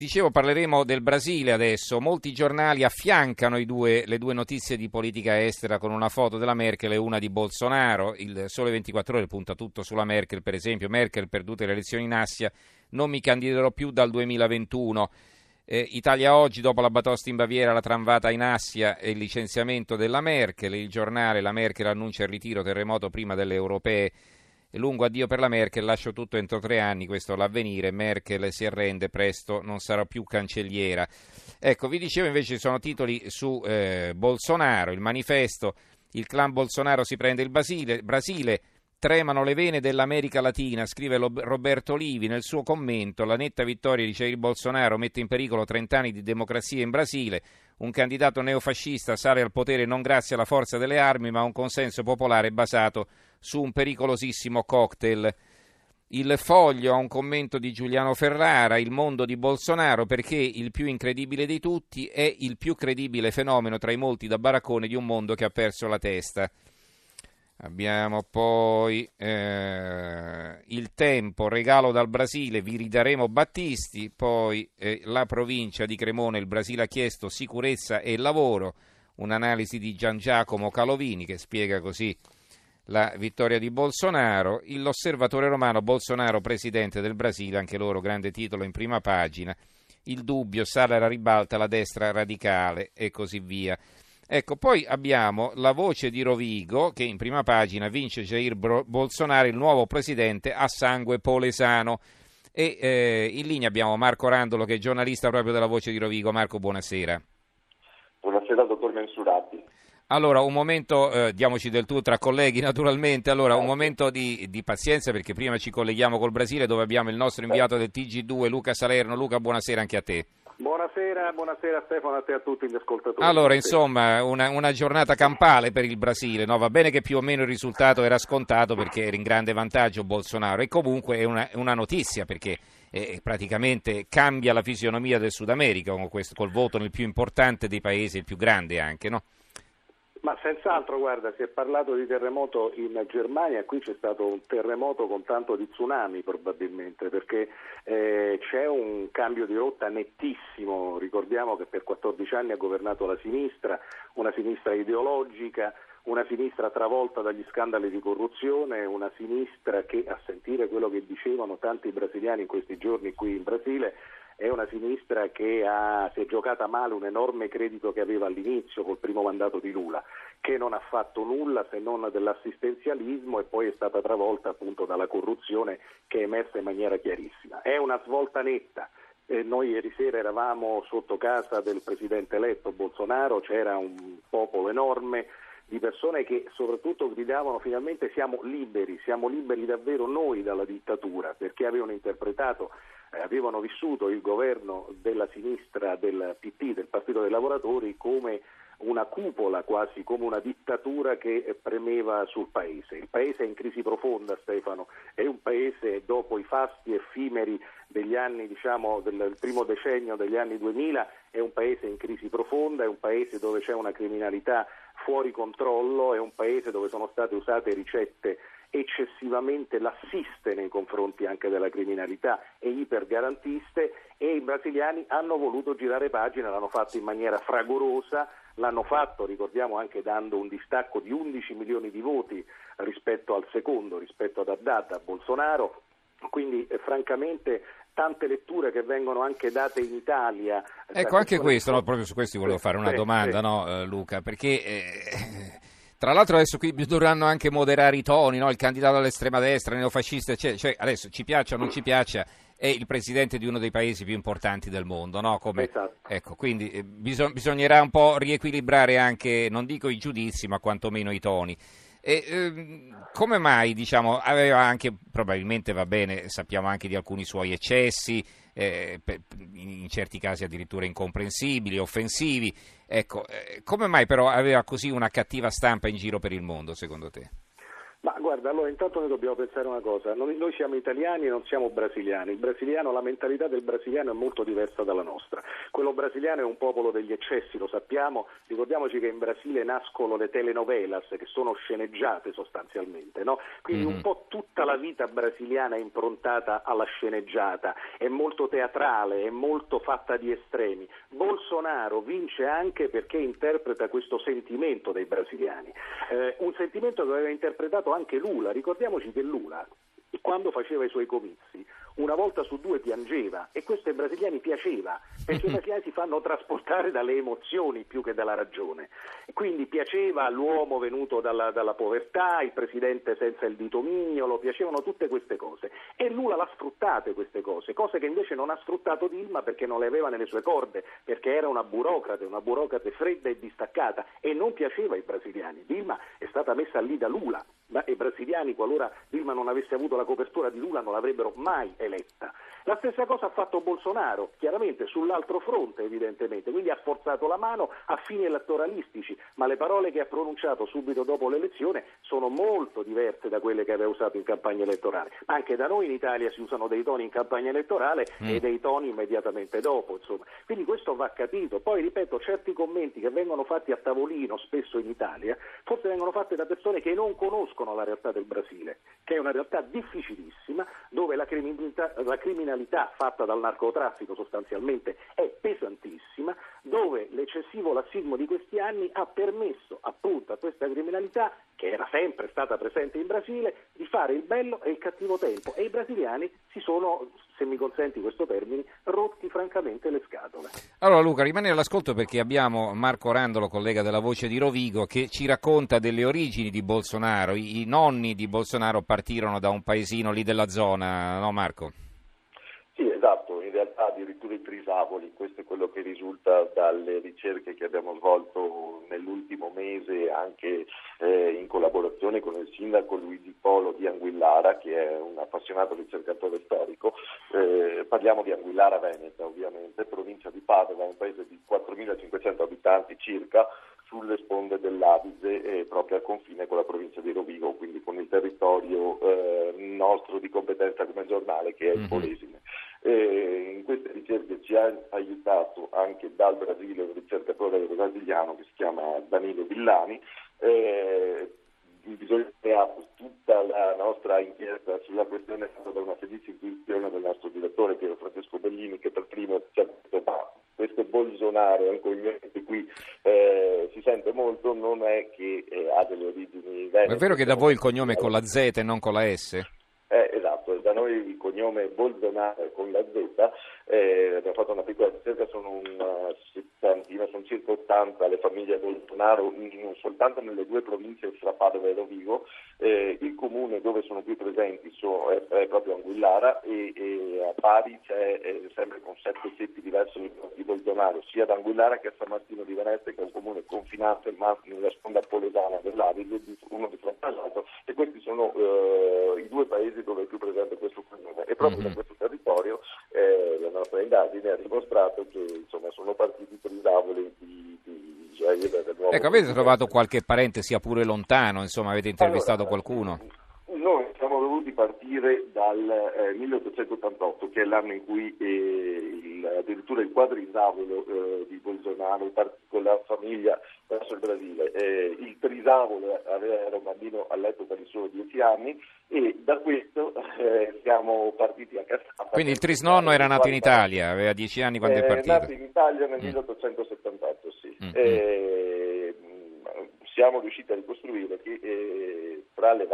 Dicevo, parleremo del Brasile adesso. Molti giornali affiancano le due notizie di politica estera con una foto della Merkel e una di Bolsonaro. Il Sole 24 Ore punta tutto sulla Merkel, per esempio. Merkel, perdute le elezioni in Asia, non mi candiderò più dal 2021. Italia Oggi, dopo la batosta in Baviera, la tramvata in Asia e il licenziamento della Merkel. Il giornale, la Merkel annuncia il ritiro, terremoto prima delle europee. Lungo addio per la Merkel, lascio tutto entro 3 anni, questo è l'Avvenire, Merkel si arrende, presto non sarà più cancelliera. Ecco, vi dicevo invece sono titoli su Bolsonaro, il manifesto, il clan Bolsonaro si prende il Brasile, tremano le vene dell'America Latina, scrive Roberto Livi nel suo commento, la netta vittoria di Jair Bolsonaro mette in pericolo 30 anni di democrazia in Brasile, un candidato neofascista sale al potere non grazie alla forza delle armi ma a un consenso popolare basato su un pericolosissimo cocktail. Il Foglio ha un commento di Giuliano Ferrara, il mondo di Bolsonaro perché il più incredibile di tutti è il più credibile fenomeno tra i molti da baraccone di un mondo che ha perso la testa. Abbiamo poi Il Tempo, regalo dal Brasile, vi ridaremo Battisti, poi la provincia di Cremona, il Brasile ha chiesto sicurezza e lavoro, un'analisi di Gian Giacomo Calovini che spiega così la vittoria di Bolsonaro, l'Osservatore Romano, Bolsonaro presidente del Brasile, anche loro grande titolo in prima pagina, il dubbio, sale alla ribalta la destra radicale e così via. Ecco, poi abbiamo la voce di Rovigo che in prima pagina vince Jair Bolsonaro, il nuovo presidente a sangue polesano. E in linea abbiamo Marco Randolo che è giornalista proprio della voce di Rovigo. Marco, buonasera. Buonasera, dottor Mensurati. Allora, un momento, diamoci del tu tra colleghi naturalmente, allora un momento di pazienza perché prima ci colleghiamo col Brasile dove abbiamo il nostro inviato del TG2 Luca Salerno. Luca, buonasera anche a te. Buonasera Stefano, a te e a tutti gli ascoltatori. Allora, insomma, una giornata campale per il Brasile, no? Va bene che più o meno il risultato era scontato perché era in grande vantaggio Bolsonaro e comunque è una notizia perché praticamente cambia la fisionomia del Sud America col voto nel più importante dei paesi, il più grande anche, no? Ma senz'altro, guarda, si è parlato di terremoto in Germania, qui c'è stato un terremoto con tanto di tsunami probabilmente, perché c'è un cambio di rotta nettissimo, ricordiamo che per 14 anni ha governato la sinistra, una sinistra ideologica, una sinistra travolta dagli scandali di corruzione, una sinistra che, a sentire quello che dicevano tanti brasiliani in questi giorni qui in Brasile, è una sinistra che si è giocata male un enorme credito che aveva all'inizio col primo mandato di Lula, che non ha fatto nulla se non dell'assistenzialismo e poi è stata travolta appunto dalla corruzione che è emersa in maniera chiarissima. È una svolta netta. Noi ieri sera eravamo sotto casa del presidente eletto Bolsonaro, c'era un popolo enorme di persone che soprattutto gridavano finalmente siamo liberi davvero noi dalla dittatura, perché avevano interpretato, avevano vissuto il governo della sinistra del PT, del Partito dei Lavoratori, come una cupola, quasi come una dittatura che premeva sul paese. Il paese è in crisi profonda, Stefano, è un paese dopo i fasti effimeri degli anni, del primo decennio degli anni 2000, è un paese in crisi profonda, è un paese dove c'è una criminalità fuori controllo, è un paese dove sono state usate ricette eccessivamente lassiste nei confronti anche della criminalità e ipergarantiste, e i brasiliani hanno voluto girare pagina, l'hanno fatto in maniera fragorosa, l'hanno fatto, ricordiamo, anche dando un distacco di 11 milioni di voti rispetto al secondo, rispetto ad Haddad, a Bolsonaro, quindi francamente tante letture che vengono anche date in Italia. Ecco, anche questo, no, proprio su questo volevo fare una domanda, no, Luca, perché tra l'altro adesso qui dovranno anche moderare i toni, no? Il candidato all'estrema destra, neofascista, cioè adesso ci piaccia o non ci piaccia, è il presidente di uno dei paesi più importanti del mondo, no? Esatto. Ecco, quindi bisognerà un po' riequilibrare anche, non dico i giudizi, ma quantomeno i toni. Come mai, aveva anche, probabilmente va bene, sappiamo anche di alcuni suoi eccessi, in certi casi addirittura incomprensibili, offensivi, ecco, come mai però aveva così una cattiva stampa in giro per il mondo, secondo te? Ma guarda, allora intanto noi dobbiamo pensare una cosa, noi siamo italiani e non siamo brasiliani, la mentalità del brasiliano è molto diversa dalla nostra, quello brasiliano è un popolo degli eccessi, lo sappiamo, ricordiamoci che in Brasile nascono le telenovelas che sono sceneggiate sostanzialmente, no? Quindi un po' tutta la vita brasiliana è improntata alla sceneggiata, è molto teatrale, è molto fatta di estremi. Bolsonaro vince anche perché interpreta questo sentimento dei brasiliani, un sentimento che aveva interpretato anche Lula. Ricordiamoci che Lula, quando faceva i suoi comizi, una volta su due piangeva, e questo ai brasiliani piaceva, perché i brasiliani si fanno trasportare dalle emozioni più che dalla ragione. Quindi piaceva l'uomo venuto dalla povertà, il presidente senza il dito mignolo, piacevano tutte queste cose, e Lula l'ha sfruttate queste cose che invece non ha sfruttato Dilma perché non le aveva nelle sue corde, perché era una burocrate fredda e distaccata, e non piaceva ai brasiliani. Dilma è stata messa lì da Lula, ma i brasiliani, qualora Dilma non avesse avuto la copertura di Lula, non l'avrebbero mai eletta. La stessa cosa ha fatto Bolsonaro, chiaramente sull'altro fronte evidentemente, quindi ha forzato la mano a fini elettoralistici, ma le parole che ha pronunciato subito dopo l'elezione sono molto diverse da quelle che aveva usato in campagna elettorale. Anche da noi in Italia si usano dei toni in campagna elettorale e dei toni immediatamente dopo, insomma. Quindi questo va capito. Poi ripeto, certi commenti che vengono fatti a tavolino spesso in Italia, forse vengono fatti da persone che non conoscono la realtà del Brasile, che è una realtà difficilissima, dove la criminalità fatta dal narcotraffico sostanzialmente è pesantissima, dove l'eccessivo lassismo di questi anni ha permesso appunto a questa criminalità, che era sempre stata presente in Brasile, di fare il bello e il cattivo tempo, e i brasiliani si sono, se mi consenti questo termine, rotti francamente le scatole. Allora Luca, rimani all'ascolto perché abbiamo Marco Randolo, collega della Voce di Rovigo, che ci racconta delle origini di Bolsonaro. I nonni di Bolsonaro partirono da un paesino lì della zona, no Marco? Sì, esatto, in realtà addirittura i trisavoli, questo è quello che risulta dalle ricerche che abbiamo svolto nell'ultimo mese, anche in collaborazione con il sindaco Luigi Polo di Anguillara, che è un appassionato ricercatore storico. Parliamo di Anguillara Veneta, ovviamente, provincia di Padova, un paese di 4.500 abitanti circa, sulle sponde dell'Adige, proprio al confine con la provincia di Rovigo, quindi con il territorio nostro di competenza come giornale, che è il Polesine. In queste ricerche ci ha aiutato anche dal Brasile un ricercatore brasiliano che si chiama Danilo Villani. Bisogna tutta la nostra inchiesta sulla questione è stata da una felice intuizione del nostro direttore, che è Francesco Bellini, che per primo ci ha detto: ma questo Bolsonaro è un cognome di cui si sente molto, non è che ha delle origini venete. È vero che da voi il cognome è con la Z e non con la S? Esatto, da noi il cognome Bolsonaro è con la Z, abbiamo fatto una piccola ricerca, sono una settantina, sono circa 80 le famiglie Bolsonaro, non soltanto nelle due province fra Padova e Rovigo. Il comune dove sono più presenti è proprio Anguillara, e a Bari c'è sempre con 7 ceppi diversi di Bolsonaro, sia ad Anguillara che a San Martino di Venezia, che è un comune confinante ma nella sponda polesana dell'Adige, uno di fronte all'altro, e questi sono i due paesi dove è più presente questo cognome, e proprio da questo territorio la nostra indagine ha dimostrato che insomma sono partiti trisavoli di Jair del nuovo. Ecco, avete trovato qualche parente sia pure lontano, insomma, avete intervistato qualcuno? Noi siamo dovuti partire dal 1888, che è l'anno in cui addirittura il quadrisavolo di Bolsonaro partì con la famiglia verso il Brasile. Il trisavolo era un bambino all'epoca di solo 10 anni, e da questo siamo partiti a Cassata. Quindi il trisnonno era nato in Italia, aveva 10 anni quando è partito? È nato in Italia nel 1878, sì. Siamo riusciti a ricostruire che fra le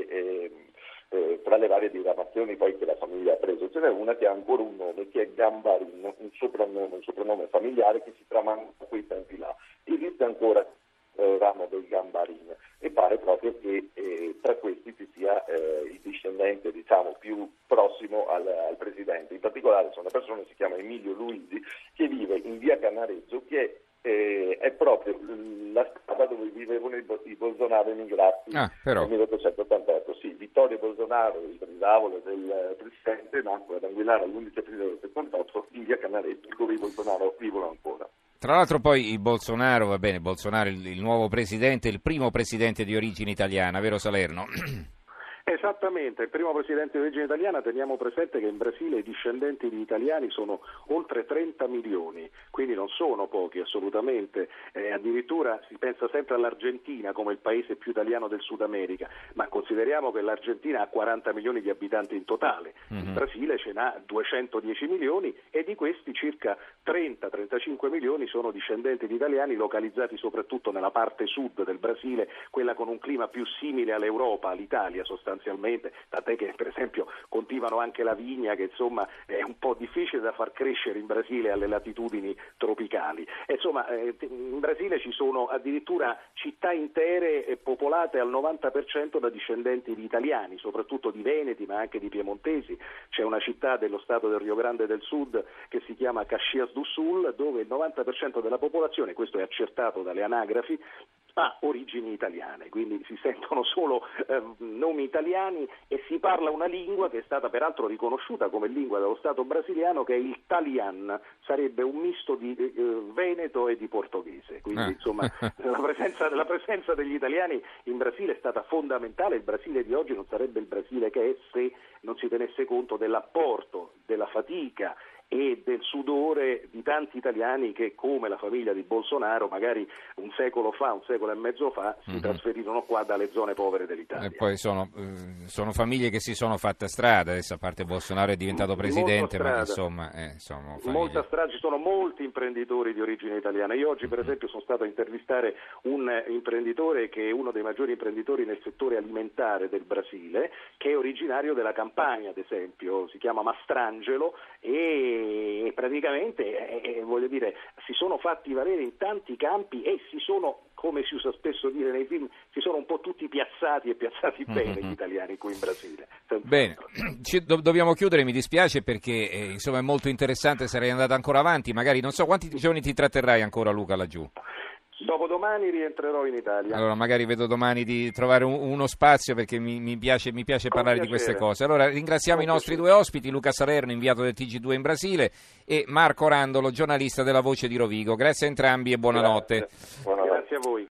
varie diramazioni poi che la famiglia ha preso, ce n'è una che ha ancora un nome, che è Gambarino, un soprannome familiare che si tramanda a quei tempi là. Esiste ancora ramo del Gambarino, e pare proprio che tra questi ci sia il discendente, diciamo, più prossimo al presidente. In particolare c'è una persona che si chiama Emilio Luisi, che vive in via Cannareggio, che è proprio la strada dove vivevano i Bolsonaro emigrati nel 1888. Sì, Vittorio Bolsonaro, il trisavolo del presidente, nacque ad Anguillara l'11 aprile del 78 in via Cannareggio, dove i Bolsonaro vivono ancora. Tra l'altro poi il Bolsonaro, va bene, Bolsonaro il nuovo presidente, il primo presidente di origine italiana, vero Salerno? Esattamente, il primo presidente di origine italiana. Teniamo presente che in Brasile i discendenti di italiani sono oltre 30 milioni, quindi non sono pochi assolutamente, addirittura si pensa sempre all'Argentina come il paese più italiano del Sud America, ma consideriamo che l'Argentina ha 40 milioni di abitanti in totale, il Brasile ce n'ha 210 milioni e di questi circa 30-35 milioni sono discendenti di italiani localizzati soprattutto nella parte sud del Brasile, quella con un clima più simile all'Europa, all'Italia sostanzialmente, tant'è che per esempio coltivano anche la vigna, che insomma è un po' difficile da far crescere in Brasile alle latitudini tropicali. Insomma, in Brasile ci sono addirittura città intere popolate al 90% da discendenti di italiani, soprattutto di veneti ma anche di piemontesi. C'è una città dello stato del Rio Grande del Sud che si chiama Caxias do Sul, dove il 90% della popolazione, questo è accertato dalle anagrafi, ha origini italiane, quindi si sentono solo nomi italiani e si parla una lingua che è stata peraltro riconosciuta come lingua dallo Stato brasiliano, che è il Talian, sarebbe un misto di veneto e di portoghese, quindi insomma la presenza degli italiani in Brasile è stata fondamentale. Il Brasile di oggi non sarebbe il Brasile che è se non si tenesse conto dell'apporto, della fatica e del sudore di tanti italiani che, come la famiglia di Bolsonaro, magari un secolo e mezzo fa si trasferirono qua dalle zone povere dell'Italia. E poi sono famiglie che si sono fatte strada, adesso a parte Bolsonaro è diventato presidente, ma insomma sono molta strada, ci sono molti imprenditori di origine italiana. Io oggi per esempio sono stato a intervistare un imprenditore che è uno dei maggiori imprenditori nel settore alimentare del Brasile, che è originario della Campania, ad esempio, si chiama Mastrangelo e praticamente voglio dire, si sono fatti valere in tanti campi e si sono, come si usa spesso dire nei film, si sono un po' tutti piazzati bene gli italiani qui in Brasile. Bene, dobbiamo chiudere, mi dispiace perché insomma è molto interessante, sarei andato ancora avanti, magari non so quanti giorni ti tratterrai ancora, Luca, laggiù. Dopodomani rientrerò in Italia. Allora magari vedo domani di trovare uno spazio, perché mi piace parlare di queste cose. Allora ringraziamo i nostri due ospiti, Luca Salerno, inviato del TG2 in Brasile, e Marco Randolo, giornalista della Voce di Rovigo. Grazie a entrambi e buonanotte. Grazie a voi.